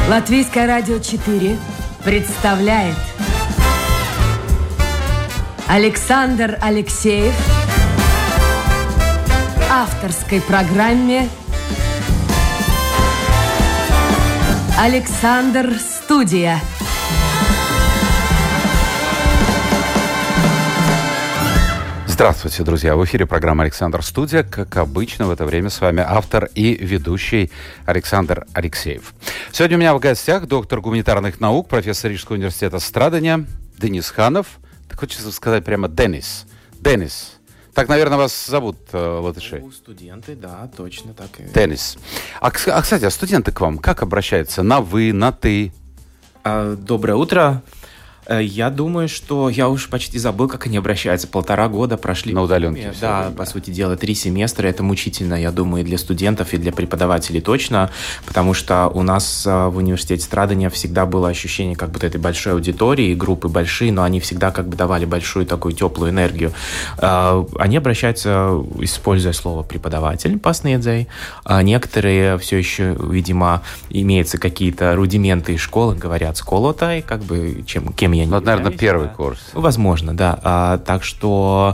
Латвийское радио 4 представляет Александр Алексеев в авторской программе «Александр Студия». Здравствуйте, друзья! В эфире программа «Александр Студия». Как обычно, в это время с вами автор и ведущий Александр Алексеев. Сегодня у меня в гостях доктор гуманитарных наук, профессор Рижского университета Страдания Денис Ханов. Так хочется сказать прямо Денис. Денис. Так, наверное, вас зовут латыши? Студенты, да, точно так и... Денис. Кстати, студенты к вам как обращаются? На «вы», на «ты»? Доброе утро. Я думаю, что я уж почти забыл, как они обращаются. 1,5 года прошли. На удаленке. Да, по сути дела, 3 семестра. Это мучительно, я думаю, и для студентов, и для преподавателей точно. Потому что у нас в университете Страдания всегда было ощущение как будто этой большой аудитории, группы большие, но они всегда как бы давали большую такую теплую энергию. Они обращаются, используя слово «преподаватель» паснедзей. Некоторые все еще, видимо, имеются какие-то рудименты из школы, говорят «сколотай», как бы кем я не являюсь. Наверное, первый курс. Возможно, да. Так что,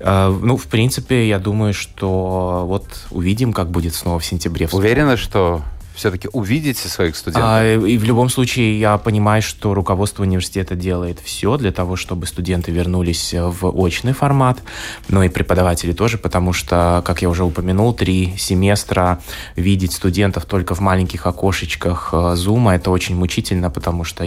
в принципе, я думаю, что вот увидим, как будет снова в сентябре. Уверены, что все-таки увидите своих студентов? И в любом случае я понимаю, что руководство университета делает все для того, чтобы студенты вернулись в очный формат, но и преподаватели тоже, потому что, как я уже упомянул, 3 семестра видеть студентов только в маленьких окошечках Zoom, это очень мучительно, потому что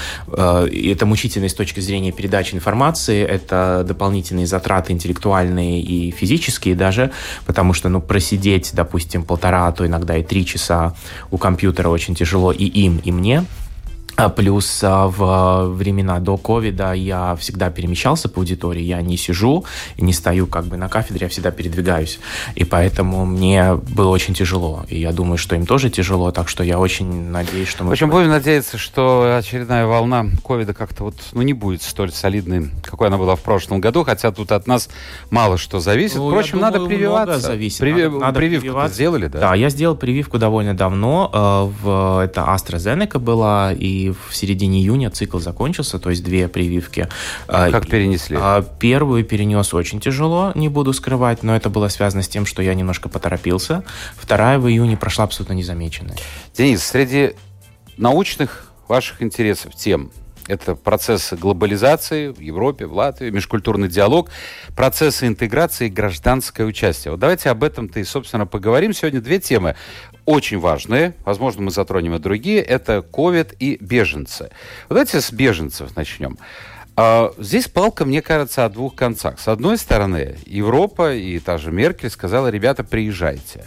это мучительно с точки зрения передачи информации, это дополнительные затраты интеллектуальные и физические даже, потому что, просидеть, допустим, 1,5, а то иногда и 3 часа у компьютера очень тяжело и им, и мне. Плюс в времена до ковида я всегда перемещался по аудитории, я не сижу и не стою как бы на кафедре, я всегда передвигаюсь. И поэтому мне было очень тяжело. И я думаю, что им тоже тяжело, так что я очень надеюсь, что мы... В общем, будем надеяться, что очередная волна ковида как-то не будет столь солидной, какой она была в прошлом году, хотя тут от нас мало что зависит. Впрочем, надо прививаться. Зависит. Надо прививку сделали, да? Да, я сделал прививку довольно давно. Это AstraZeneca была, и в середине июня цикл закончился, то есть 2 прививки. Как перенесли? Первую перенес очень тяжело, не буду скрывать, но это было связано с тем, что я немножко поторопился. 2 в июне прошла абсолютно незамеченной. Денис, среди научных ваших интересов, тем, это процессы глобализации в Европе, в Латвии, межкультурный диалог, процессы интеграции и гражданское участие. Вот давайте об этом-то и, собственно, поговорим. Сегодня 2 темы очень важные. Возможно, мы затронем и другие. Это ковид и беженцы. Вот давайте с беженцев начнем. Здесь палка, мне кажется, о 2 концах. С одной стороны, Европа и та же Меркель сказала: ребята, приезжайте.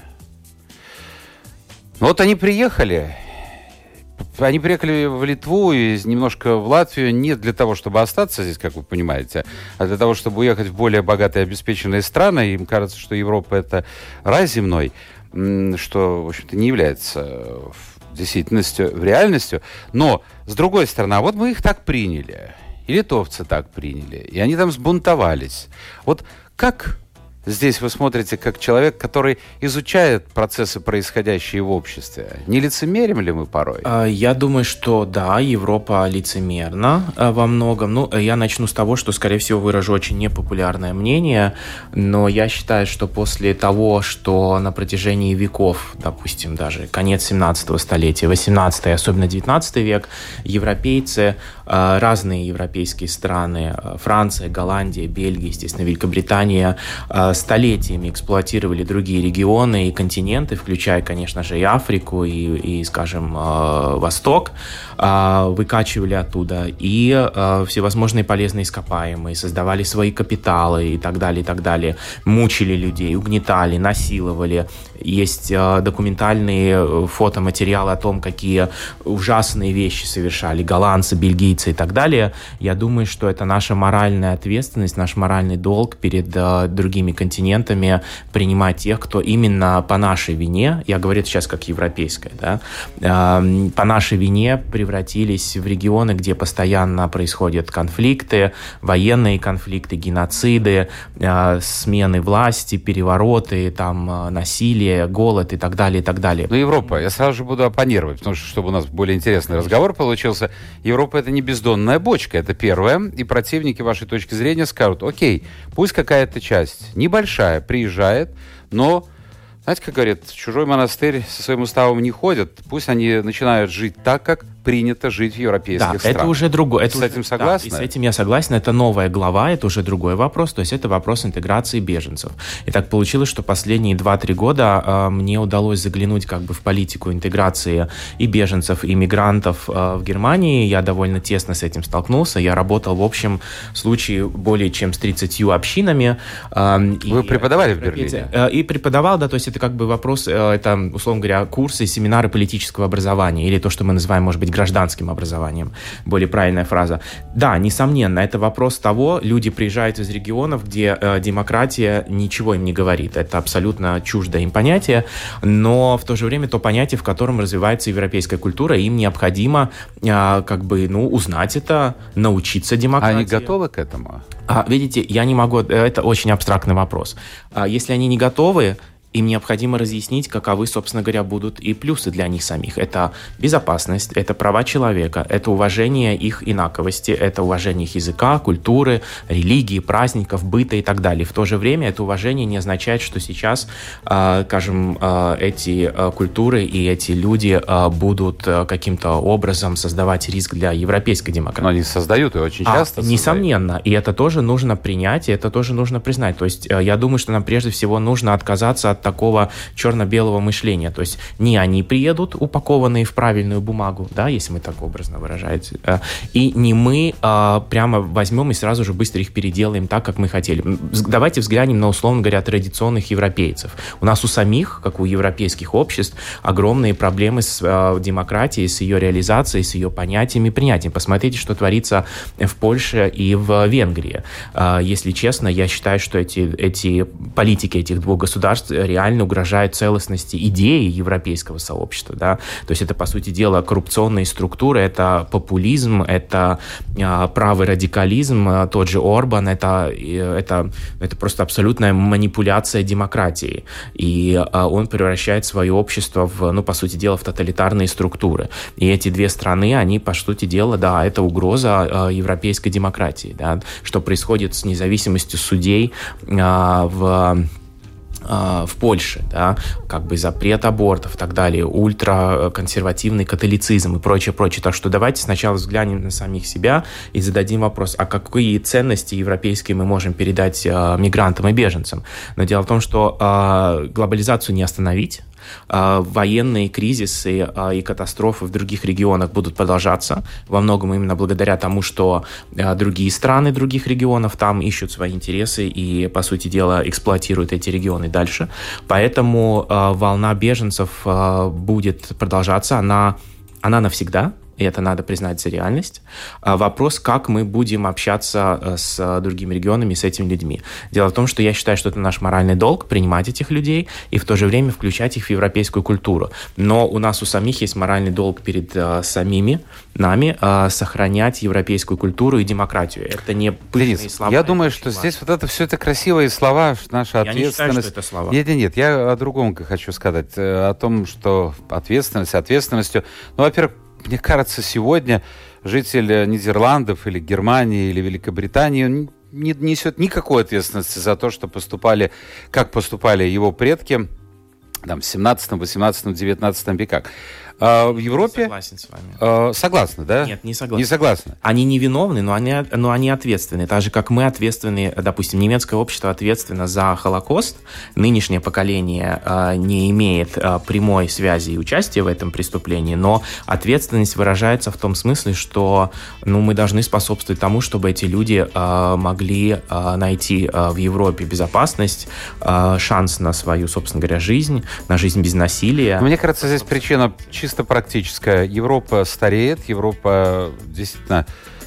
Вот они приехали. Они приехали в Литву и немножко в Латвию не для того, чтобы остаться здесь, как вы понимаете, а для того, чтобы уехать в более богатые и обеспеченные страны. Им кажется, что Европа – это рай земной, что, в общем-то, не является в действительностью, в реальностью. Но, с другой стороны, вот мы их так приняли, и литовцы так приняли, и они там сбунтовались. Вот как... Здесь вы смотрите как человек, который изучает процессы, происходящие в обществе. Не лицемерим ли мы порой? Я думаю, что да, Европа лицемерна во многом. Я начну с того, что, скорее всего, выражу очень непопулярное мнение, но я считаю, что после того, что на протяжении веков, допустим, даже конец 17 столетия, 18 и особенно 19 век, европейцы, разные европейские страны, Франция, Голландия, Бельгия, естественно, Великобритания, столетиями эксплуатировали другие регионы и континенты, включая, конечно же, и Африку, и скажем, Восток, выкачивали оттуда и всевозможные полезные ископаемые, создавали свои капиталы и так далее, мучили людей, угнетали, насиловали. Есть документальные фотоматериалы о том, какие ужасные вещи совершали голландцы, бельгийцы и так далее. Я думаю, что это наша моральная ответственность, наш моральный долг перед другими континентами, континентами принимать тех, кто именно по нашей вине, я говорю это сейчас как европейская, да, по нашей вине превратились в регионы, где постоянно происходят конфликты, военные конфликты, геноциды, смены власти, перевороты, там, насилие, голод и так далее, и так далее. Ну, Европа, я сразу же буду оппонировать, потому что, чтобы у нас более интересный разговор получился, Европа — это не бездонная бочка, это первое, и противники вашей точки зрения скажут: окей, пусть какая-то часть небольшая приезжает, но, знаете, как говорят, в чужой монастырь со своим уставом не ходят, пусть они начинают жить так, как принято жить в европейских странах. Это уже другое. С этим согласны? Да, и с этим я согласен. Это новая глава, это уже другой вопрос. То есть это вопрос интеграции беженцев. И так получилось, что последние 2-3 года мне удалось заглянуть как бы в политику интеграции и беженцев, и мигрантов в Германии. Я довольно тесно с этим столкнулся. Я работал в общем случае более чем с 30 общинами. Вы преподавали в Берлине? И преподавал, да, то есть это как бы вопрос, это, условно говоря, курсы, семинары политического образования, или то, что мы называем, может быть, гражданским образованием, более правильная фраза. Да, несомненно, это вопрос того, люди приезжают из регионов, где демократия ничего им не говорит. Это абсолютно чуждое им понятие, но в то же время то понятие, в котором развивается европейская культура, им необходимо как бы, узнать это, научиться демократии. Они готовы к этому? Видите, я не могу, это очень абстрактный вопрос. Если они не готовы, им необходимо разъяснить, каковы, собственно говоря, будут и плюсы для них самих. Это безопасность, это права человека, это уважение их инаковости, это уважение их языка, культуры, религии, праздников, быта и так далее. В то же время это уважение не означает, что сейчас, скажем, эти культуры и эти люди будут каким-то образом создавать риск для европейской демократии. Но они создают и очень часто несомненно. И это тоже нужно принять, и это тоже нужно признать. То есть я думаю, что нам прежде всего нужно отказаться от такого черно-белого мышления. То есть не они приедут, упакованные в правильную бумагу, да, если мы так образно выражаемся, и не мы прямо возьмем и сразу же быстро их переделаем так, как мы хотели. Давайте взглянем на, условно говоря, традиционных европейцев. У нас у самих, как у европейских обществ, огромные проблемы с демократией, с ее реализацией, с ее понятиями и принятием. Посмотрите, что творится в Польше и в Венгрии. Если честно, я считаю, что эти политики этих двух государств реально угрожают целостности идеи европейского сообщества. Да? То есть это, по сути дела, коррупционные структуры, это популизм, это правый радикализм, тот же Орбан, это просто абсолютная манипуляция демократией. И он превращает свое общество в, по сути дела, в тоталитарные структуры. И эти две страны, они, по сути дела, да, это угроза европейской демократии. Да? Что происходит с независимостью судей в Польше, да, как бы запрет абортов и так далее, ультраконсервативный католицизм и прочее. Так что давайте сначала взглянем на самих себя и зададим вопрос, а какие ценности европейские мы можем передать мигрантам и беженцам. Но дело в том, что глобализацию не остановить, военные кризисы и катастрофы в других регионах будут продолжаться, во многом именно благодаря тому, что другие страны других регионов там ищут свои интересы и, по сути дела, эксплуатируют эти регионы дальше. Поэтому волна беженцев будет продолжаться, она навсегда. И это надо признать за реальность. Вопрос, как мы будем общаться с другими регионами, с этими людьми. Дело в том, что я считаю, что это наш моральный долг принимать этих людей и в то же время включать их в европейскую культуру. Но у нас у самих есть моральный долг перед самими нами сохранять европейскую культуру и демократию. Это не пыльные слова. Я думаю, что здесь вот это все это красивые слова, наша ответственность. Я не считаю, что это слова. Нет, я о другом хочу сказать. О том, что ответственностью. Во-первых, мне кажется, сегодня житель Нидерландов или Германии или Великобритании не несет никакой ответственности за то, что как поступали его предки в 17, 18, 19 веках. В Европе... Согласен с вами. Согласны, да? Нет, не согласен. Не согласны. Они невиновны, но они ответственны. Так же, как мы ответственны, допустим, немецкое общество ответственно за Холокост. Нынешнее поколение не имеет прямой связи и участия в этом преступлении, но ответственность выражается в том смысле, что мы должны способствовать тому, чтобы эти люди могли найти в Европе безопасность, шанс на свою, собственно говоря, жизнь, на жизнь без насилия. Мне кажется, здесь причина чисто практическая. Европа стареет, Европа действительно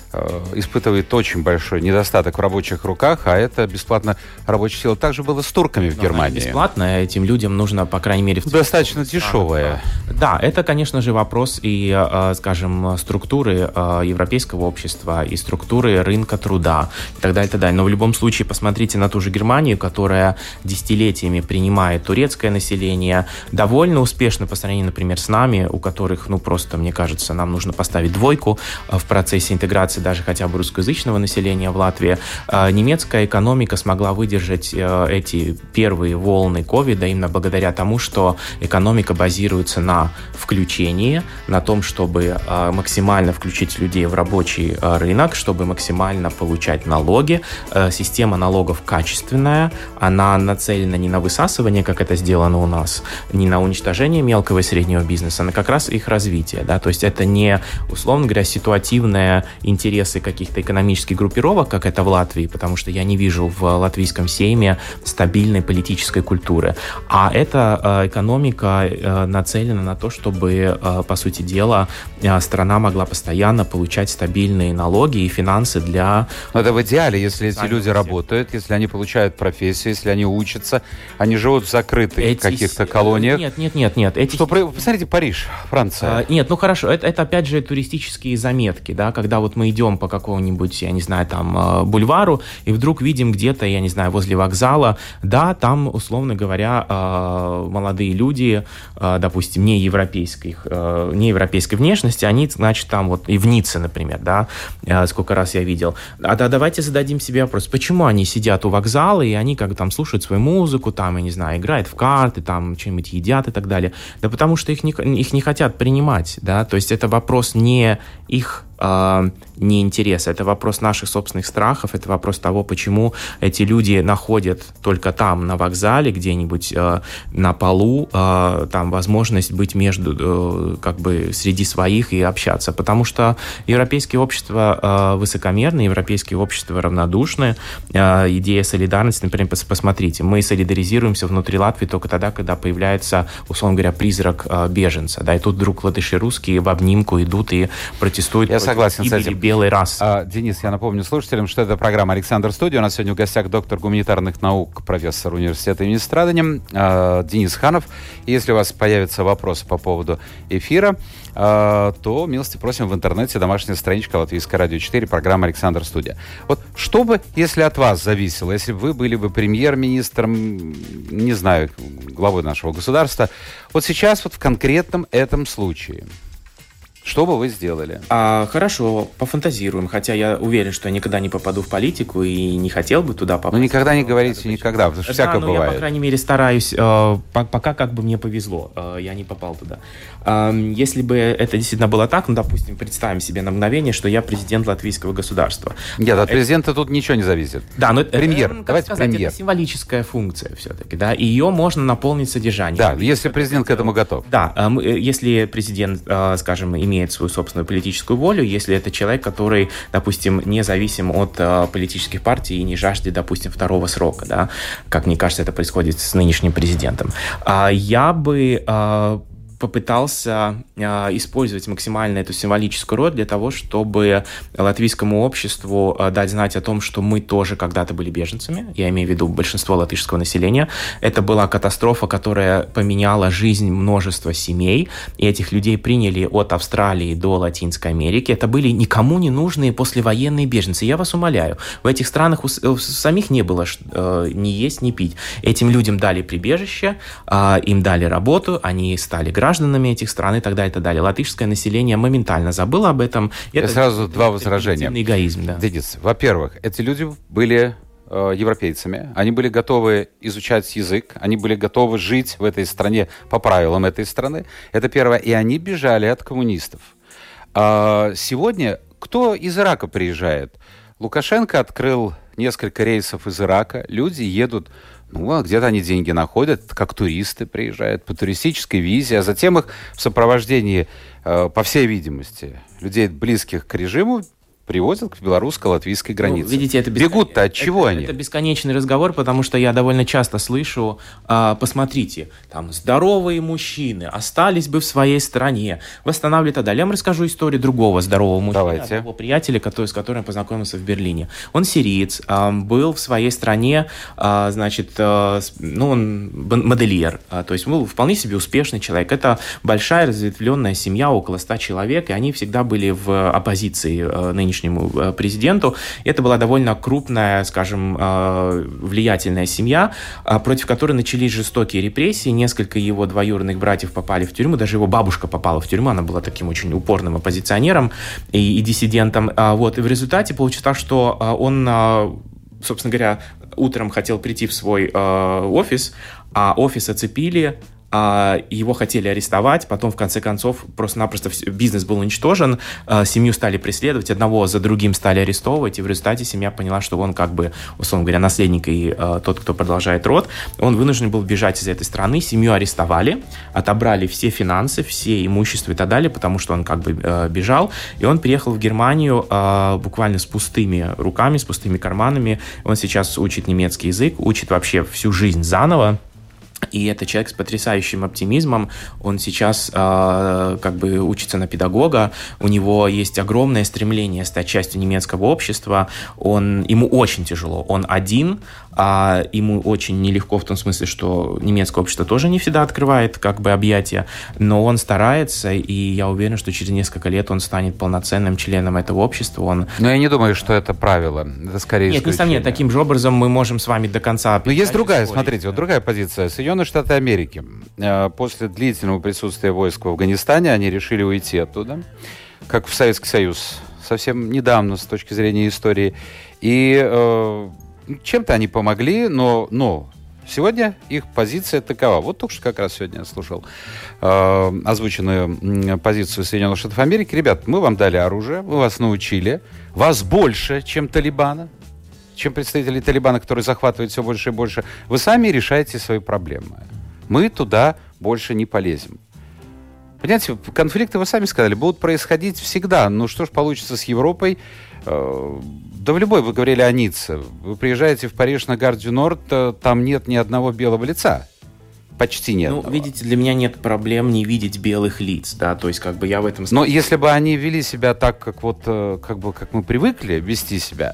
испытывает очень большой недостаток в рабочих руках, а это бесплатно рабочая сила. Так же было с турками в Германии. Бесплатно, этим людям нужно, по крайней мере... Достаточно дешевая. Да, это, конечно же, вопрос и, скажем, структуры европейского общества, и структуры рынка труда, и так далее, и так далее. Но в любом случае, посмотрите на ту же Германию, которая десятилетиями принимает турецкое население, довольно успешно по сравнению, например, с нами, у которых, просто, мне кажется, нам нужно поставить двойку в процессе интеграции даже хотя бы русскоязычного населения в Латвии. Немецкая экономика смогла выдержать эти первые волны ковида именно благодаря тому, что экономика базируется на включении, на том, чтобы максимально включить людей в рабочий рынок, чтобы максимально получать налоги. Система налогов качественная, она нацелена не на высасывание, как это сделано у нас, не на уничтожение мелкого и среднего бизнеса, а на как раз их развитие. Да? То есть это не, условно говоря, ситуативные интересы каких-то экономических группировок, как это в Латвии, потому что я не вижу в латвийском сейме стабильной политической культуры. А эта экономика нацелена на то, чтобы, по сути дела, страна могла постоянно получать стабильные налоги и финансы для... Но это в идеале, если эти люди работают, если они получают профессию, если они учатся, они живут в закрытых каких-то колониях. Нет. Посмотрите, Париж, Франция. Нет, хорошо, это опять же туристические заметки, да, когда вот мы идем по какому-нибудь, я не знаю, там, бульвару, и вдруг видим где-то, я не знаю, возле вокзала, да, там, условно говоря, молодые люди, допустим, неевропейской внешности, они, значит, там вот и в Ницце, например, да, сколько раз я видел. Давайте зададим себе вопрос, почему они сидят у вокзала, и они как там слушают свою музыку, там, я не знаю, играют в карты, там, что-нибудь едят и так далее. Да потому что их не хотят принимать, да, то есть это вопрос не их не интереса. Это вопрос наших собственных страхов, это вопрос того, почему эти люди находят только там, на вокзале, где-нибудь на полу, там возможность быть между, как бы среди своих и общаться. Потому что европейские общества высокомерны, европейские общества равнодушны. Идея солидарности, например, посмотрите, мы солидаризируемся внутри Латвии только тогда, когда появляется, условно говоря, призрак беженца. Да, и тут вдруг латыши русские в обнимку идут и протестуют. Я согласен с этим. Белой расы. Денис, я напомню слушателям, что это программа «Александр Студия». У нас сегодня в гостях доктор гуманитарных наук, профессор университета имени Страдания Денис Ханов. И если у вас появятся вопросы по поводу эфира, то милости просим в интернете, домашняя страничка Латвийское радио 4, программа «Александр Студия». Вот что бы, если от вас зависело, если бы вы были бы премьер-министром, не знаю, главой нашего государства, вот сейчас вот в конкретном этом случае, что бы вы сделали? Хорошо, пофантазируем. Хотя я уверен, что я никогда не попаду в политику и не хотел бы туда попасть. Ну, никогда не говорите никогда, потому что всякое бывает. Я, по крайней мере, стараюсь, пока как бы мне повезло, я не попал туда. Если бы это действительно было так, допустим, представим себе на мгновение, что я президент латвийского государства. Нет, от президента тут ничего не зависит. Да, но премьер, давайте сказать, премьер. Это символическая функция все-таки, да, и ее можно наполнить содержанием. Да, если президент к этому готов. Да, если президент, скажем, имеет свою собственную политическую волю, если это человек, который, допустим, не зависим от политических партий и не жаждет, допустим, второго срока, да, как мне кажется, это происходит с нынешним президентом. Я бы попытался использовать максимально эту символическую роль для того, чтобы латвийскому обществу дать знать о том, что мы тоже когда-то были беженцами, я имею в виду большинство латышского населения. Это была катастрофа, которая поменяла жизнь множества семей, и этих людей приняли от Австралии до Латинской Америки. Это были никому не нужные послевоенные беженцы. Я вас умоляю, в этих странах у самих не было ни есть, ни пить. Этим людям дали прибежище, им дали работу, они стали гражданами этих стран и так далее, и так далее. Латышское население моментально забыло об этом. Это сразу два возражения. Эгоизм, да. Денис, во-первых, эти люди были европейцами, они были готовы изучать язык, они были готовы жить в этой стране по правилам этой страны. Это первое. И они бежали от коммунистов. Сегодня кто из Ирака приезжает? Лукашенко открыл несколько рейсов из Ирака. Люди едут, где-то они деньги находят, как туристы приезжают по туристической визе, а затем их в сопровождении, по всей видимости, людей, близких к режиму, привозят к белорусско-латвийской границе. Ну, видите, Бегут-то от чего они? Это бесконечный разговор, потому что я довольно часто слышу, посмотрите, там здоровые мужчины остались бы в своей стране, восстанавливали и так далее. Я вам расскажу историю другого здорового мужчины, одного приятеля, с которым я познакомился в Берлине. Он сириец, был в своей стране, значит, он модельер, то есть был вполне себе успешный человек. Это большая разветвленная семья, около 100 человек, и они всегда были в оппозиции нынешнему президенту. Это была довольно крупная, скажем, влиятельная семья, против которой начались жестокие репрессии. Несколько его двоюродных братьев попали в тюрьму, даже его бабушка попала в тюрьму, она была таким очень упорным оппозиционером и диссидентом. Вот. И в результате получилось так, что он, собственно говоря, утром хотел прийти в свой офис, а офис оцепили, его хотели арестовать, потом, в конце концов, просто-напросто бизнес был уничтожен, семью стали преследовать, одного за другим стали арестовывать, и в результате семья поняла, что он, как бы, условно говоря, наследник и тот, кто продолжает род. Он вынужден был бежать из этой страны, семью арестовали, отобрали все финансы, все имущество и так далее, потому что он как бы бежал, и он приехал в Германию буквально с пустыми руками, с пустыми карманами. Он сейчас учит немецкий язык, учит вообще всю жизнь заново. И это человек с потрясающим оптимизмом. Он сейчас как бы учится на педагога. У него есть огромное стремление стать частью немецкого общества. Ему очень тяжело. Он один. Ему очень нелегко в том смысле, что немецкое общество тоже не всегда открывает как бы объятия. Но он старается, и я уверен, что через несколько лет он станет полноценным членом этого общества. Но я не думаю, что это правило. Это скорее Нет, несомненно, таким же образом мы можем с вами до конца... Но есть другая, смотрите, вот другая позиция. Соединенные Штаты Америки. После длительного присутствия войск в Афганистане они решили уйти оттуда, как в Советский Союз, совсем недавно с точки зрения истории. И чем-то они помогли, но сегодня их позиция такова. Вот только что как раз сегодня я слушал озвученную позицию Соединенных Штатов Америки. Ребят, мы вам дали оружие, мы вас научили, вас больше, чем Талибана, чем представители Талибана, которые захватывают все больше и больше. Вы сами решаете свои проблемы. Мы туда больше не полезем. Понимаете, конфликты, вы сами сказали, будут происходить всегда. Ну что ж получится с Европой? Да в любой, вы говорили о Ницце. Вы приезжаете в Париж на Гар-дю-Норд, там нет ни одного белого лица. Почти нет. Ну, видите, для меня нет проблем не видеть белых лиц, да, то есть как бы я в этом... Но если бы они вели себя так, как вот, как мы привыкли вести себя,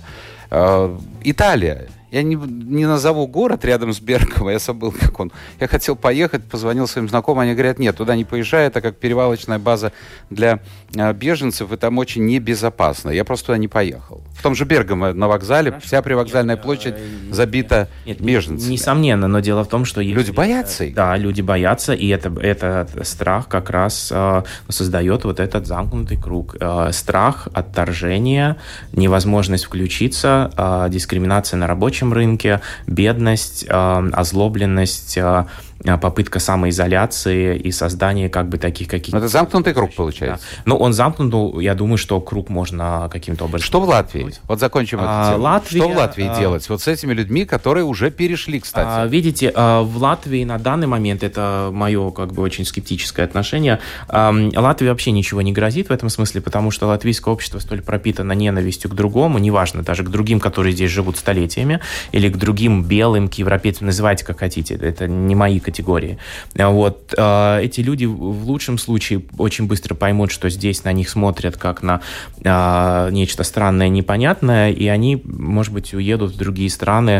Италия. Я не назову город рядом с Бергамо, я забыл, как он. Я хотел поехать, позвонил своим знакомым, они говорят, нет, туда не поезжай, это как перевалочная база для беженцев, и там очень небезопасно. Я просто туда не поехал. В том же Бергамо на вокзале, хорошо, вся привокзальная площадь забита беженцами. Несомненно, но дело в том, что... Люди боятся их. Да, люди боятся, и этот страх как раз создает вот этот замкнутый круг. Страх, отторжение, невозможность включиться, дискриминация на рабочем рынке, бедность, озлобленность, попытка самоизоляции и создание как бы таких каких-то... Это замкнутый круг получается. Да. Но он замкнут, я думаю, что круг можно каким-то образом... Что в Латвии? Вот закончим эту тему. Что в Латвии делать? Вот с этими людьми, которые уже перешли, кстати. Видите, в Латвии на данный момент, это мое как бы очень скептическое отношение, Латвии вообще ничего не грозит в этом смысле, потому что латвийское общество столь пропитано ненавистью к другому, неважно, даже к другим, которые здесь живут столетиями, или к другим белым, к европейцам, называйте как хотите, это не мои категории. Вот. Эти люди в лучшем случае очень быстро поймут, что здесь на них смотрят как на нечто странное, непонятное, и они, может быть, уедут в другие страны,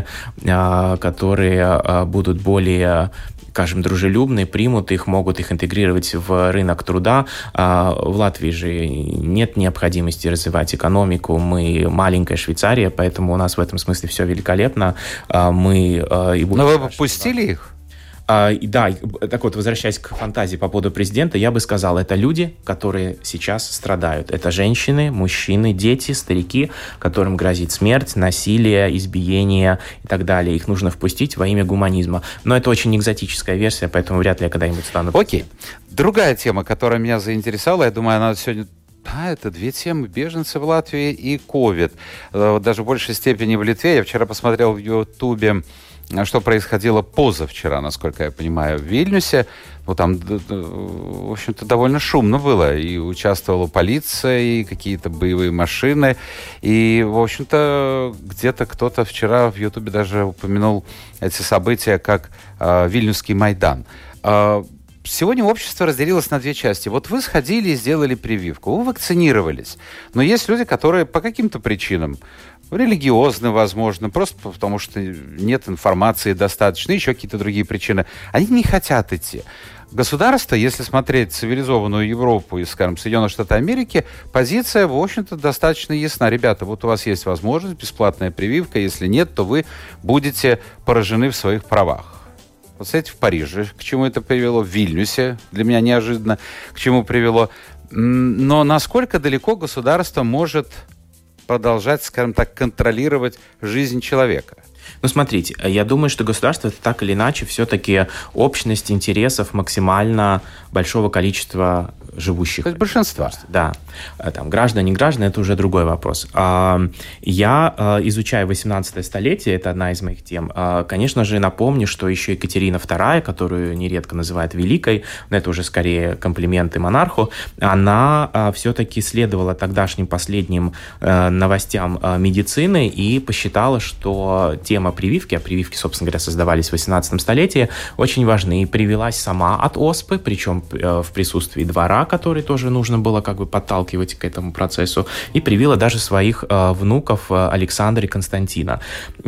которые будут более, скажем, дружелюбные, примут их, могут их интегрировать в рынок труда. В Латвии же нет необходимости развивать экономику. Мы маленькая Швейцария, поэтому у нас в этом смысле все великолепно. Но вы бы пустили их? Да, так вот, возвращаясь к фантазии по поводу президента, я бы сказал, это люди, которые сейчас страдают. Это женщины, мужчины, дети, старики, которым грозит смерть, насилие, избиение и так далее. Их нужно впустить во имя гуманизма. Но это очень экзотическая версия, поэтому вряд ли я когда-нибудь стану... Окей. Другая тема, которая меня заинтересовала, я думаю, она сегодня... это две темы: беженцы в Латвии и ковид. Даже в большей степени в Литве. Я вчера посмотрел в Ютубе что происходило позавчера, насколько я понимаю, в Вильнюсе. Ну, там, в общем-то, довольно шумно было. И участвовала полиция, и какие-то боевые машины. И, в общем-то, где-то кто-то вчера в Ютубе даже упомянул эти события как Вильнюсский Майдан. Сегодня общество разделилось на две части. Вот вы сходили и сделали прививку, вы вакцинировались. Но есть люди, которые по каким-то причинам, религиозны, возможно, просто потому что нет информации достаточно, еще какие-то другие причины, они не хотят идти. Государство, если смотреть цивилизованную Европу и, скажем, Соединенные Штаты Америки, позиция, в общем-то, достаточно ясна. Ребята, вот у вас есть возможность, бесплатная прививка. Если нет, то вы будете поражены в своих правах. Вот, кстати, в Париже, к чему это привело, в Вильнюсе, для меня неожиданно, к чему привело. Но насколько далеко государство может продолжать, скажем так, контролировать жизнь человека? Ну, смотрите, я думаю, что государство это так или иначе все-таки общность интересов максимально большого количества живущих. То есть большинства. Да. Там, граждане, не граждане, это уже другой вопрос. Я изучаю 18 столетие, это одна из моих тем. Конечно же, напомню, что еще Екатерина II, которую нередко называют Великой, но это уже скорее комплименты монарху, она все-таки следовала тогдашним последним новостям медицины и посчитала, что тема прививки, а прививки, собственно говоря, создавались в 18 столетии, очень важны. И привилась сама от оспы, причем в присутствии двора, который тоже нужно было как бы подталкивать к этому процессу, и привила даже своих внуков Александра и Константина.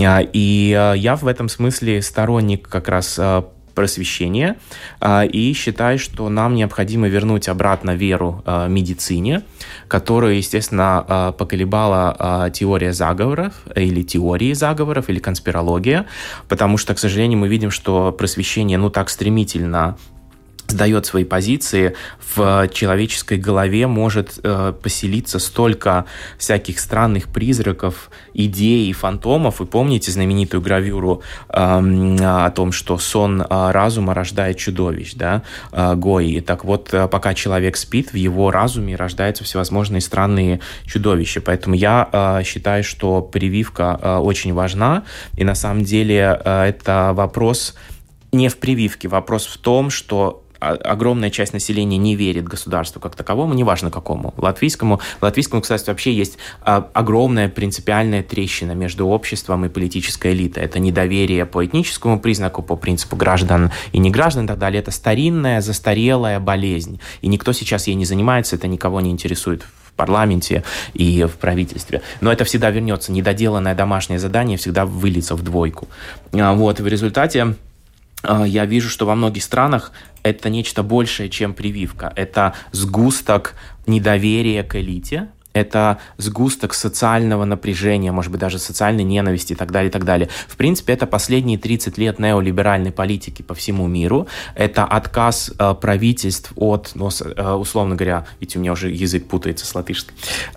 И я в этом смысле сторонник как раз просвещения и считаю, что нам необходимо вернуть обратно веру медицине, которую, естественно, поколебала теория заговоров или теории заговоров или конспирология, потому что, к сожалению, мы видим, что просвещение так стремительно сдает свои позиции, в человеческой голове может поселиться столько всяких странных призраков, идей и фантомов. Вы помните знаменитую гравюру о том, что сон разума рождает чудовищ, да, Гои. Так вот, пока человек спит, в его разуме рождаются всевозможные странные чудовища. Поэтому я считаю, что прививка очень важна, и на самом деле это вопрос не в прививке, вопрос в том, что огромная часть населения не верит государству как таковому, неважно какому. Латвийскому государству вообще есть огромная принципиальная трещина между обществом и политической элитой. Это недоверие по этническому признаку, по принципу граждан и неграждан и так далее. Это старинная, застарелая болезнь. И никто сейчас ей не занимается, это никого не интересует в парламенте и в правительстве. Но это всегда вернется. Недоделанное домашнее задание всегда выльется в двойку. Вот, и в результате я вижу, что во многих странах это нечто большее, чем прививка. Это сгусток недоверия к элите, это сгусток социального напряжения, может быть, даже социальной ненависти и так далее, и так далее. В принципе, это последние 30 лет неолиберальной политики по всему миру. Это отказ правительств от, условно говоря, ведь у меня уже язык путается с латышским,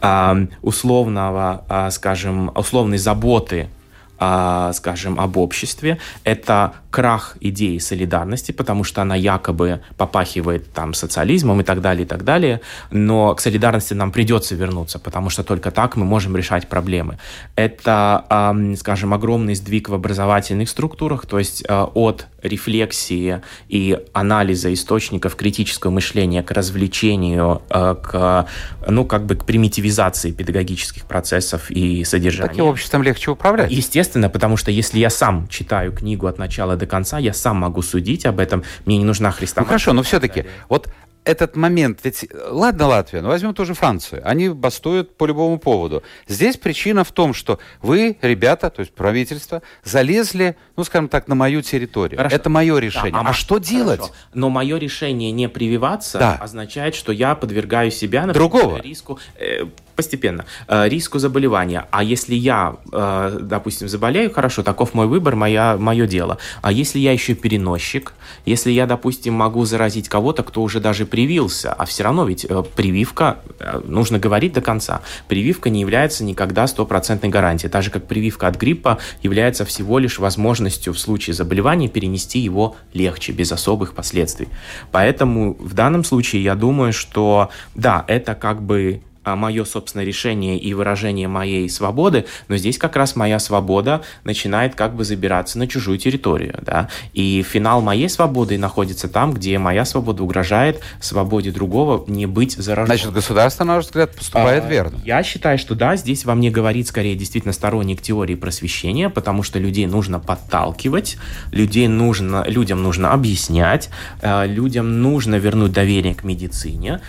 условной заботы, скажем, об обществе. Это крах идеи солидарности, потому что она якобы попахивает там социализмом и так далее, но к солидарности нам придется вернуться, потому что только так мы можем решать проблемы. Это, скажем, огромный сдвиг в образовательных структурах, то есть от рефлексии и анализа источников критического мышления к развлечению, к примитивизации педагогических процессов и содержания. Таким обществом легче управлять. Естественно, потому что если я сам читаю книгу от начала до конца, я сам могу судить об этом, мне не нужна хрестоматия. Хорошо, но все-таки, вот этот момент, ведь, ладно, Латвия, но возьмем тоже Францию, они бастуют по любому поводу. Здесь причина в том, что вы, ребята, то есть правительство, залезли, скажем так, на мою территорию. Хорошо. Это мое решение. Да, что делать? Хорошо. Но мое решение не прививаться означает, что я подвергаю себя, например, риску... Постепенно. Риску заболевания. А если я, допустим, заболею, хорошо, таков мой выбор, мое дело. А если я еще переносчик, если я, допустим, могу заразить кого-то, кто уже даже привился, а все равно ведь прививка, нужно говорить до конца, прививка не является никогда стопроцентной гарантией. Так же, как прививка от гриппа является всего лишь возможностью в случае заболевания перенести его легче, без особых последствий. Поэтому в данном случае я думаю, что да, это как бы мое собственное решение и выражение моей свободы, но здесь как раз моя свобода начинает как бы забираться на чужую территорию, да, и финал моей свободы находится там, где моя свобода угрожает свободе другого не быть зараженным. Значит, государство, на ваш взгляд, поступает верно? Я считаю, что да, здесь во мне говорит скорее действительно сторонник теории просвещения, потому что людей нужно подталкивать, людям нужно объяснять, людям нужно вернуть доверие к медицине,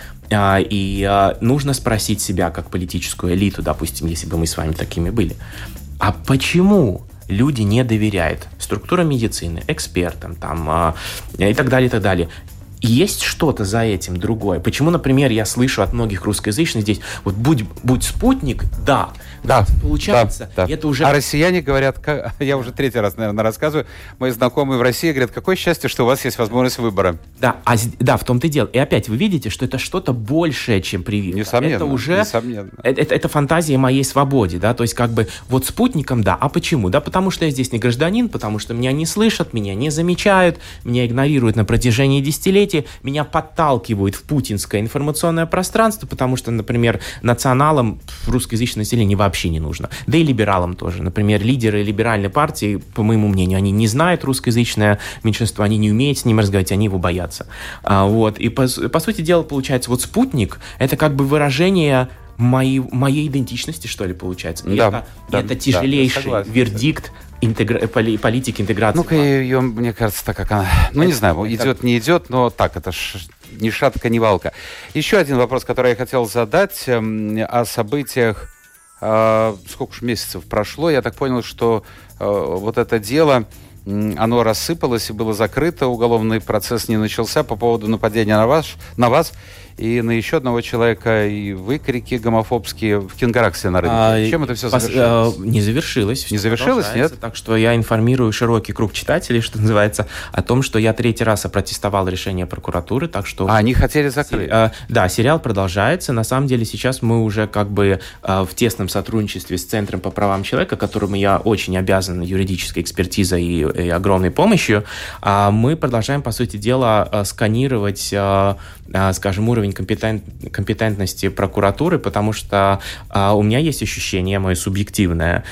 и нужно спросить себя, как политическую элиту, допустим, если бы мы с вами такими были, а почему люди не доверяют структурам медицины, экспертам там, и так далее, и так далее. И есть что-то за этим другое. Почему, например, я слышу от многих русскоязычных здесь, вот будь спутник, да. Получается, да. это уже... А россияне говорят, я уже третий раз, наверное, рассказываю, мои знакомые в России говорят, какое счастье, что у вас есть возможность выбора. Да, в том-то и дело. И опять вы видите, что это что-то большее, чем прививка. Несомненно. Это уже... Несомненно. Это фантазия моей свободе, да, то есть как бы вот спутником, да, а почему? Да, потому что я здесь не гражданин, потому что меня не слышат, меня не замечают, меня игнорируют на протяжении десятилетий, меня подталкивают в путинское информационное пространство, потому что, например, националам русскоязычное население вообще не нужно. Да и либералам тоже. Например, лидеры либеральной партии, по моему мнению, они не знают русскоязычное меньшинство, они не умеют с ним разговаривать, они его боятся. Вот. И по сути дела, получается, вот спутник — это как бы выражение моей идентичности, что ли, получается. И это тяжелейший вердикт политики интеграции. Ну-ка, ее, мне кажется, так как она... Ну, не знаю, идет, не идет, но так, это ни шатка, ни валка. Еще один вопрос, который я хотел задать о событиях. Сколько уж месяцев прошло, я так понял, что вот это дело, оно рассыпалось и было закрыто, уголовный процесс не начался по поводу нападения на вас и на еще одного человека, и выкрики гомофобские в Кенгараксе на рынке. Чем это все завершилось? Не завершилось. Не завершилось, нет? Так что я информирую широкий круг читателей, что называется, о том, что я третий раз опротестовал решение прокуратуры, так что... они хотели закрыть? Да, сериал продолжается. На самом деле сейчас мы уже как бы в тесном сотрудничестве с Центром по правам человека, которому я очень обязан юридической экспертизой и огромной помощью, мы продолжаем, по сути дела, сканировать, скажем, уровень компетентности прокуратуры, потому что у меня есть ощущение, мое субъективное,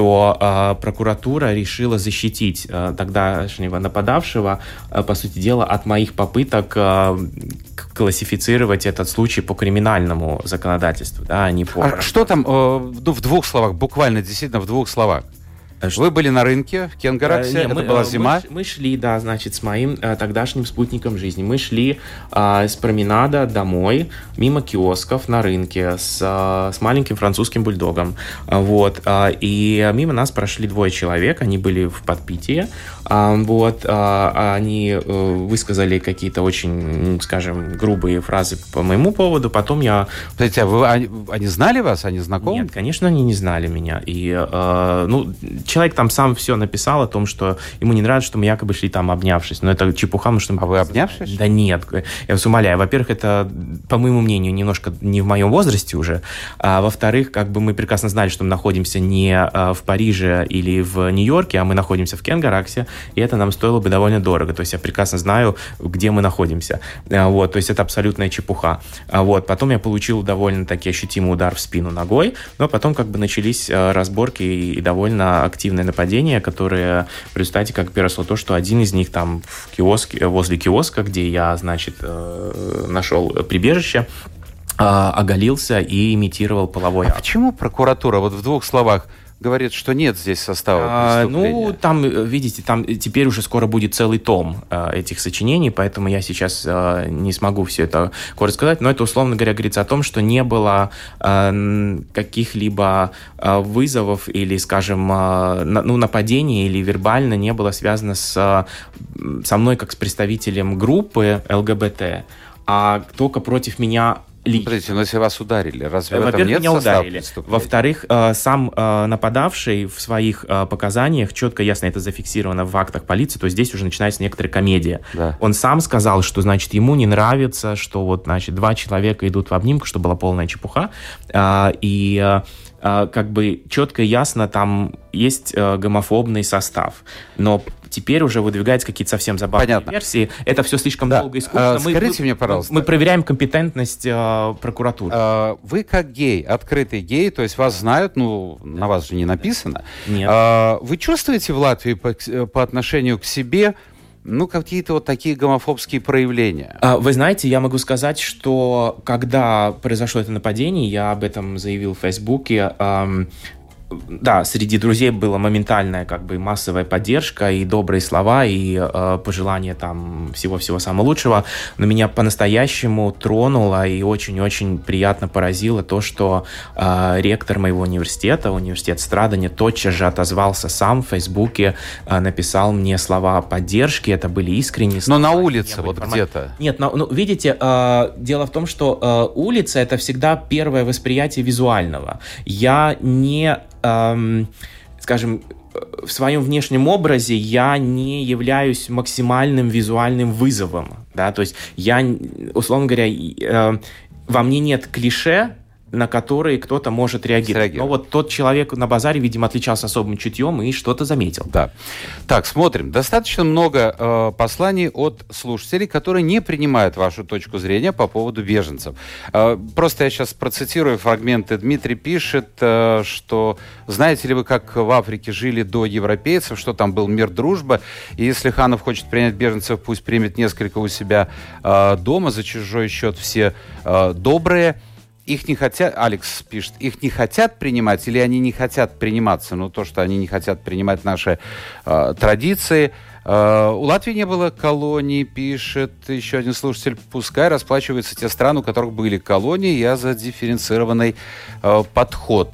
что прокуратура решила защитить тогдашнего нападавшего, по сути дела, от моих попыток классифицировать этот случай по криминальному законодательству, да, а не по... Что там, в двух словах, буквально, действительно, в двух словах? Вы были на рынке в Кенгараксе, это была зима? Мы шли, да, значит, с моим тогдашним спутником жизни. Мы шли с променада домой, мимо киосков на рынке с маленьким французским бульдогом. Вот. И мимо нас прошли двое человек, они были в подпитии. Вот. Они высказали какие-то очень, скажем, грубые фразы по моему поводу. Потом я... Подождите, они знали вас? Они знакомы? Нет, конечно, они не знали меня. И, человек там сам все написал о том, что ему не нравится, что мы якобы шли там обнявшись. Но это чепуха, потому что... А вы обнявшись? Да нет, я вас умоляю. Во-первых, это, по моему мнению, немножко не в моем возрасте уже. А во-вторых, как бы мы прекрасно знали, что мы находимся не в Париже или в Нью-Йорке, а мы находимся в Кенгараксе, и это нам стоило бы довольно дорого. То есть я прекрасно знаю, где мы находимся. Вот, то есть это абсолютная чепуха. Вот, потом я получил довольно-таки ощутимый удар в спину ногой, но потом как бы начались разборки и довольно активное нападение, которое в результате как переросло то, что один из них там в киоске, возле киоска, где я, значит, нашел прибежище, оголился и имитировал половой акт. Почему прокуратура, вот в двух словах, говорит, что нет здесь состава преступления? Там, видите, там теперь уже скоро будет целый том этих сочинений, поэтому я сейчас не смогу все это коротко сказать, но это, условно говоря, говорится о том, что не было каких-либо вызовов или, скажем, нападений или вербально не было связано со мной как с представителем группы ЛГБТ, а только против меня лично. Смотрите, но если вас ударили, разве в этом Во-первых, нет меня состава ударили. преступления? Во-вторых, сам нападавший в своих показаниях, четко, ясно, это зафиксировано в актах полиции, то есть здесь уже начинается некоторая комедия. Да. Он сам сказал, что, значит, ему не нравится, что вот, значит, два человека идут в обнимку, что была полная чепуха, как бы четко и ясно там есть гомофобный состав. Но теперь уже выдвигаются какие-то совсем забавные версии. Это все слишком долго и скучно. Скажите мне, пожалуйста. Мы проверяем компетентность прокуратуры. Вы как гей, открытый гей, то есть вас знают, на вас же не написано. Нет. Вы чувствуете в Латвии по отношению к себе какие-то вот такие гомофобские проявления? Вы знаете, я могу сказать, что когда произошло это нападение, я об этом заявил в Фейсбуке, да, среди друзей была моментальная массовая поддержка и добрые слова, и пожелания там всего-всего самого лучшего. Но меня по-настоящему тронуло и очень-очень приятно поразило то, что ректор моего университета, университет Страдания, тотчас же отозвался сам в Фейсбуке, написал мне слова поддержки, это были искренние слова. Но на улице вот где-то? Нет, видите, дело в том, что улица — это всегда первое восприятие визуального. Я не... скажем, в своем внешнем образе я не являюсь максимальным визуальным вызовом, да, то есть я, условно говоря, во мне нет клише, на которые кто-то может реагировать. Но вот тот человек на базаре, видимо, отличался особым чутьем и что-то заметил. Да. Так, смотрим. Достаточно много посланий от слушателей, которые не принимают вашу точку зрения по поводу беженцев. Просто я сейчас процитирую фрагменты. Дмитрий пишет, что знаете ли вы, как в Африке жили до европейцев, что там был мир, дружба, и если Ханов хочет принять беженцев, пусть примет несколько у себя дома, за чужой счет все добрые. Их не хотят, Алекс пишет, их не хотят принимать или они не хотят приниматься? То, что они не хотят принимать наши традиции. У Латвии не было колоний, пишет еще один слушатель. Пускай расплачиваются те страны, у которых были колонии. Я за дифференцированный подход.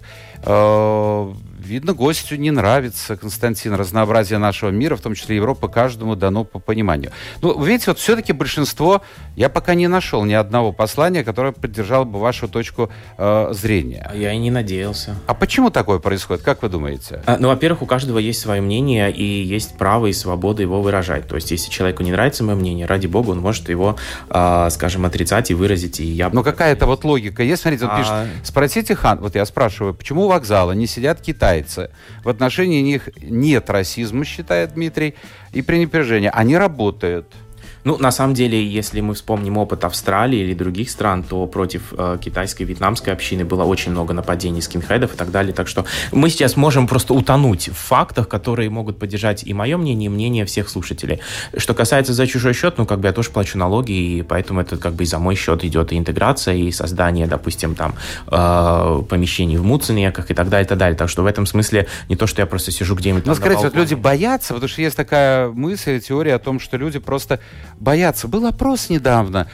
Видно, гостю не нравится, Константин, разнообразие нашего мира, в том числе Европа, каждому дано по пониманию. Вы видите, вот все-таки большинство, я пока не нашел ни одного послания, которое поддержало бы вашу точку зрения. Я и не надеялся. А почему такое происходит, как вы думаете? Во-первых, у каждого есть свое мнение, и есть право и свобода его выражать. То есть, если человеку не нравится мое мнение, ради бога, он может его, скажем, отрицать и выразить. И я... Но какая-то вот логика есть. Смотрите, он пишет, спросите Хан, вот я спрашиваю, почему у вокзала не сидят китайцы? В отношении них нет расизма, считает Дмитрий, и пренебрежения. Они работают. На самом деле, если мы вспомним опыт Австралии или других стран, то против китайской, вьетнамской общины было очень много нападений скинхедов и так далее. Так что мы сейчас можем просто утонуть в фактах, которые могут поддержать и мое мнение, и мнение всех слушателей. Что касается за чужой счет, я тоже плачу налоги, и поэтому это и за мой счет идет и интеграция, и создание, допустим, там помещений в муценеках и так далее, и так далее. Так что в этом смысле не то, что я просто сижу где-нибудь... скажите, вот люди боятся, потому что есть такая мысль, теория о том, что люди просто боятся. Был опрос недавно.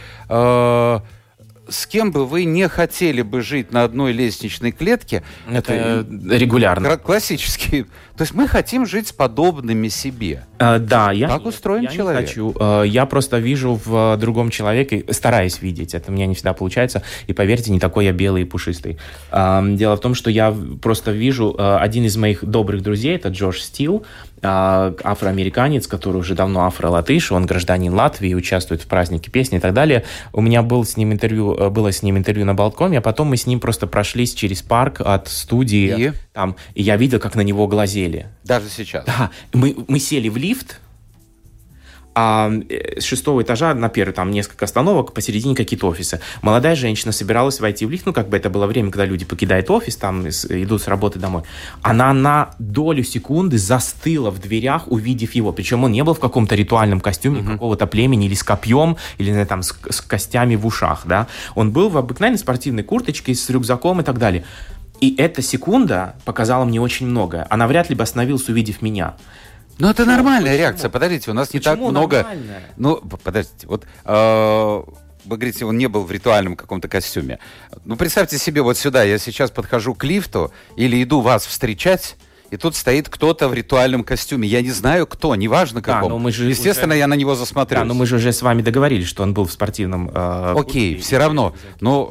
С кем бы вы не хотели бы жить на одной лестничной клетке? Это регулярно. Классический. То есть мы хотим жить с подобными себе. Да, так устроен человек. Не хочу. Я просто вижу в другом человеке, стараюсь видеть, это у меня не всегда получается, и поверьте, не такой я белый и пушистый. Дело в том, что я просто вижу, один из моих добрых друзей, это Джош Стил, афроамериканец, который уже давно афро-латыш, он гражданин Латвии, участвует в празднике песни и так далее. У меня было с ним интервью на балконе, а потом мы с ним просто прошлись через парк от студии, и я видел, как на него глазели. Даже сейчас? Да. Мы сели в лифт, с 6-го этажа на первый, там несколько остановок, посередине какие-то офисы. Молодая женщина собиралась войти в лифт, это было время, когда люди покидают офис, там идут с работы домой. Она на долю секунды застыла в дверях, увидев его. Причем он не был в каком-то ритуальном костюме какого-то племени, или с копьем, или с костями в ушах, да. Он был в обыкновенной спортивной курточке с рюкзаком и так далее. И эта секунда показала мне очень многое. Она вряд ли бы остановилась, увидев меня. Это нормальная реакция. Подождите, у нас не так много... Подождите, вы говорите, он не был в ритуальном каком-то костюме. Представьте себе, вот сюда я сейчас подхожу к лифту или иду вас встречать, и тут стоит кто-то в ритуальном костюме. Я не знаю кто, неважно каком. Естественно, я на него засмотрюсь. Да, но мы же уже с вами договорились, что он был в спортивном... Окей, все равно.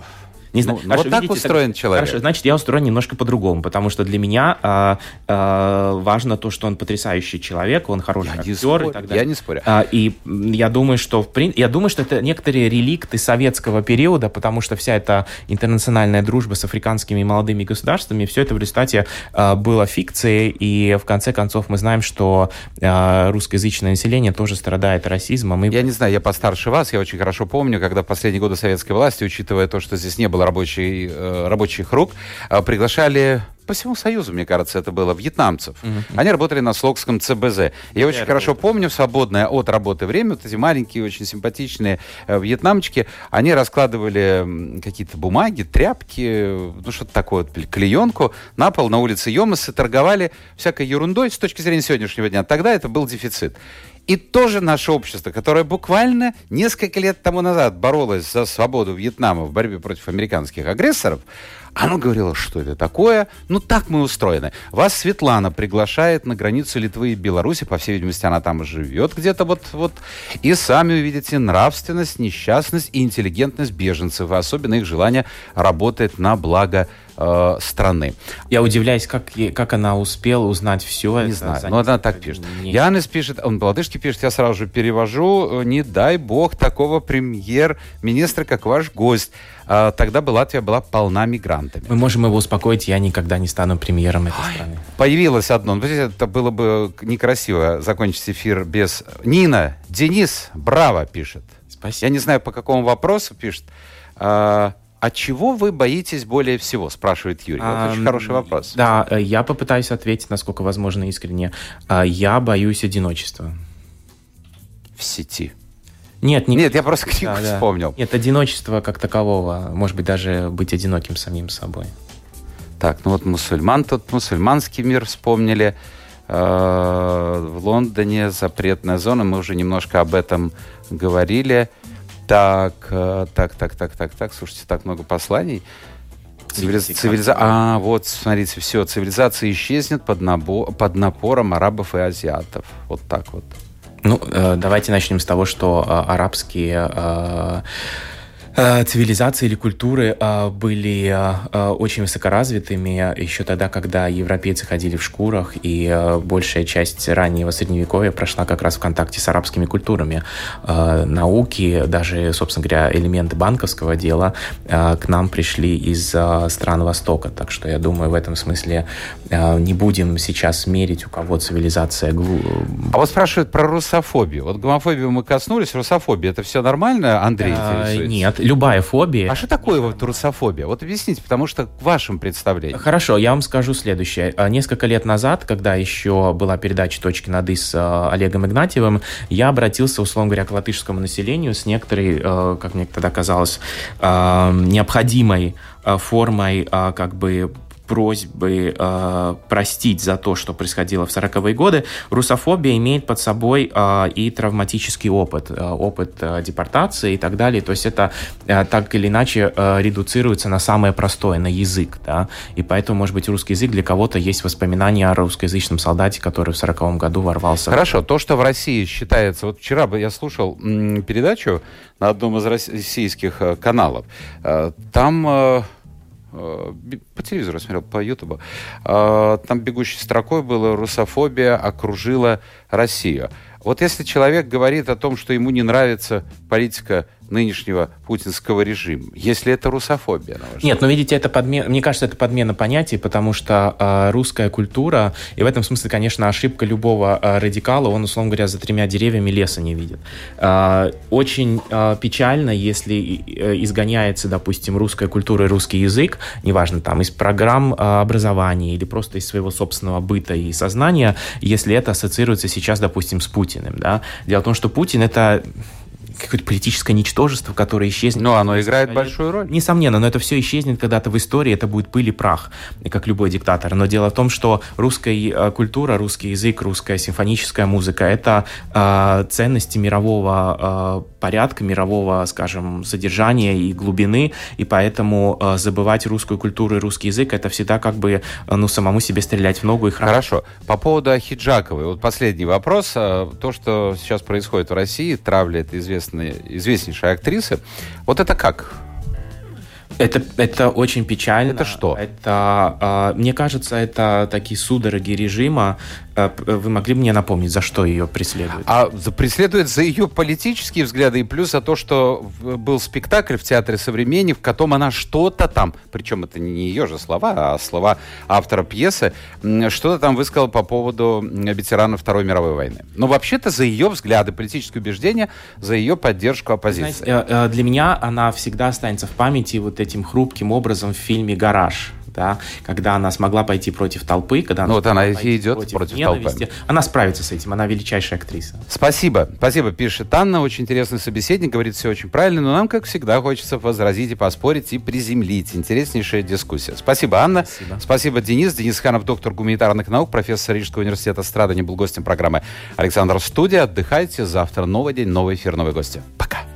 Не знаю. Вот так видите, устроен человек. Хорошо, значит, я устроен немножко по-другому, потому что для меня важно то, что он потрясающий человек, он хороший актер и так далее. Я не спорю. И я думаю, что это некоторые реликты советского периода, потому что вся эта интернациональная дружба с африканскими молодыми государствами, все это в результате было фикцией, и в конце концов мы знаем, что русскоязычное население тоже страдает расизмом. Я не знаю, я постарше вас, я очень хорошо помню, когда в последние годы советской власти, учитывая то, что здесь не было рабочих рук, приглашали по всему Союзу, мне кажется, это было, вьетнамцев. Они работали на Слокском ЦБЗ. Я очень хорошо помню, в свободное от работы время, вот эти маленькие, очень симпатичные вьетнамчики, они раскладывали какие-то бумаги, тряпки, ну что-то такое, клеенку на пол, на улице Йомасы, торговали всякой ерундой с точки зрения сегодняшнего дня. Тогда это был дефицит. И тоже наше общество, которое буквально несколько лет тому назад боролось за свободу Вьетнама в борьбе против американских агрессоров, оно говорило, что это такое? Ну, так мы устроены. Вас Светлана приглашает на границу Литвы и Беларуси, по всей видимости, она там живет где-то вот. И сами увидите нравственность, несчастность и интеллигентность беженцев, и особенно их желание работать на благо страны. Я удивляюсь, как она успела узнать все. Не знаю, но она так пишет. Янис пишет, он по-латышски пишет, я сразу же перевожу, не дай бог такого премьер-министра, как ваш гость. Тогда бы Латвия была полна мигрантами. Мы можем его успокоить, я никогда не стану премьером этой страны. Появилось одно. Это было бы некрасиво закончить эфир без... Нина, Денис, браво, пишет. Спасибо. Я не знаю, по какому вопросу пишет. А чего вы боитесь более всего, спрашивает Юрий. Это очень хороший вопрос. Да, я попытаюсь ответить, насколько возможно, искренне. Я боюсь одиночества. В сети. Нет, я просто книгу вспомнил. Нет, одиночество как такового. Может быть, даже быть одиноким самим собой. Так, ну вот мусульманский мир вспомнили. В Лондоне запретная зона. Мы уже немножко об этом говорили. Так. Слушайте, так много посланий. Вот, смотрите, все. Цивилизация исчезнет под напором арабов и азиатов. Вот так вот. Ну, давайте начнем с того, что арабские цивилизации или культуры были очень высокоразвитыми еще тогда, когда европейцы ходили в шкурах, и большая часть раннего Средневековья прошла как раз в контакте с арабскими культурами. Науки, даже, собственно говоря, элементы банковского дела к нам пришли из стран Востока. Так что, я думаю, в этом смысле не будем сейчас мерить, у кого цивилизация... А вот спрашивают про русофобию. Вот гомофобию мы коснулись, русофобия. Это все нормально, Андрей интересуется? Нет. Любая фобия... А что такое вот русофобия? Вот объясните, потому что в вашем представлении. Хорошо, я вам скажу следующее. Несколько лет назад, когда еще была передача «Точки над «и» с Олегом Игнатьевым, я обратился, условно говоря, к латышскому населению с некоторой, как мне тогда казалось, необходимой формой просьбы простить за то, что происходило в 40-е годы. Русофобия имеет под собой и травматический опыт депортации и так далее. То есть это так или иначе редуцируется на самое простое, на язык. Да? И поэтому, может быть, русский язык для кого-то есть воспоминания о русскоязычном солдате, который в 40-м году ворвался. Хорошо, то, что в России считается... Вот вчера я слушал передачу на одном из российских каналов. Там... по телевизору смотрел, по Ютубу. Там бегущей строкой было: русофобия окружила Россию. Вот если человек говорит о том, что ему не нравится политика нынешнего путинского режима, если это русофобия, на ваш взгляд? Нет, но видите, это мне кажется, это подмена понятий, потому что русская культура, и в этом смысле, конечно, ошибка любого радикала, он, условно говоря, за 3 деревьями леса не видит. Очень печально, если изгоняется, допустим, русская культура и русский язык, неважно, там, из программ образования или просто из своего собственного быта и сознания, если это ассоциируется сейчас, допустим, с Путиным. Да? Дело в том, что Путин — это какое-то политическое ничтожество, которое исчезнет. Но оно играет большую роль. Несомненно, но это все исчезнет когда-то в истории, это будет пыль и прах, как любой диктатор. Но дело в том, что русская культура, русский язык, русская симфоническая музыка — это ценности мирового порядка, мирового, скажем, содержания и глубины, и поэтому забывать русскую культуру и русский язык — это всегда самому себе стрелять в ногу и храм. Хорошо. По поводу Ахиджаковой. Вот последний вопрос. То, что сейчас происходит в России, травля этой известнейшей актрисы, вот это как? Это очень печально. Это что? Мне кажется, это такие судороги режима. Вы могли бы мне напомнить, за что ее преследуют? Преследует за ее политические взгляды и плюс за то, что был спектакль в Театре «Современник», в котором она что-то там, причем это не ее же слова, а слова автора пьесы, что-то там высказала по поводу ветеранов Второй мировой войны. Но вообще-то за ее взгляды, политические убеждения, за ее поддержку оппозиции. Знаете, для меня она всегда останется в памяти вот этим хрупким образом в фильме «Гараж». Да, когда она смогла пойти против толпы, когда она, она идет против ненависти. толпы. Она справится с этим, она величайшая актриса. Спасибо, пишет Анна, очень интересный собеседник, говорит все очень правильно, но нам, как всегда, хочется возразить и поспорить, и приземлить. Интереснейшая дискуссия. Спасибо, Анна. Спасибо, Денис. Денис Ханов, доктор гуманитарных наук, профессор Рижского университета Страдания, был гостем программы «Александр в студии». Отдыхайте. Завтра новый день, новый эфир, новые гости. Пока.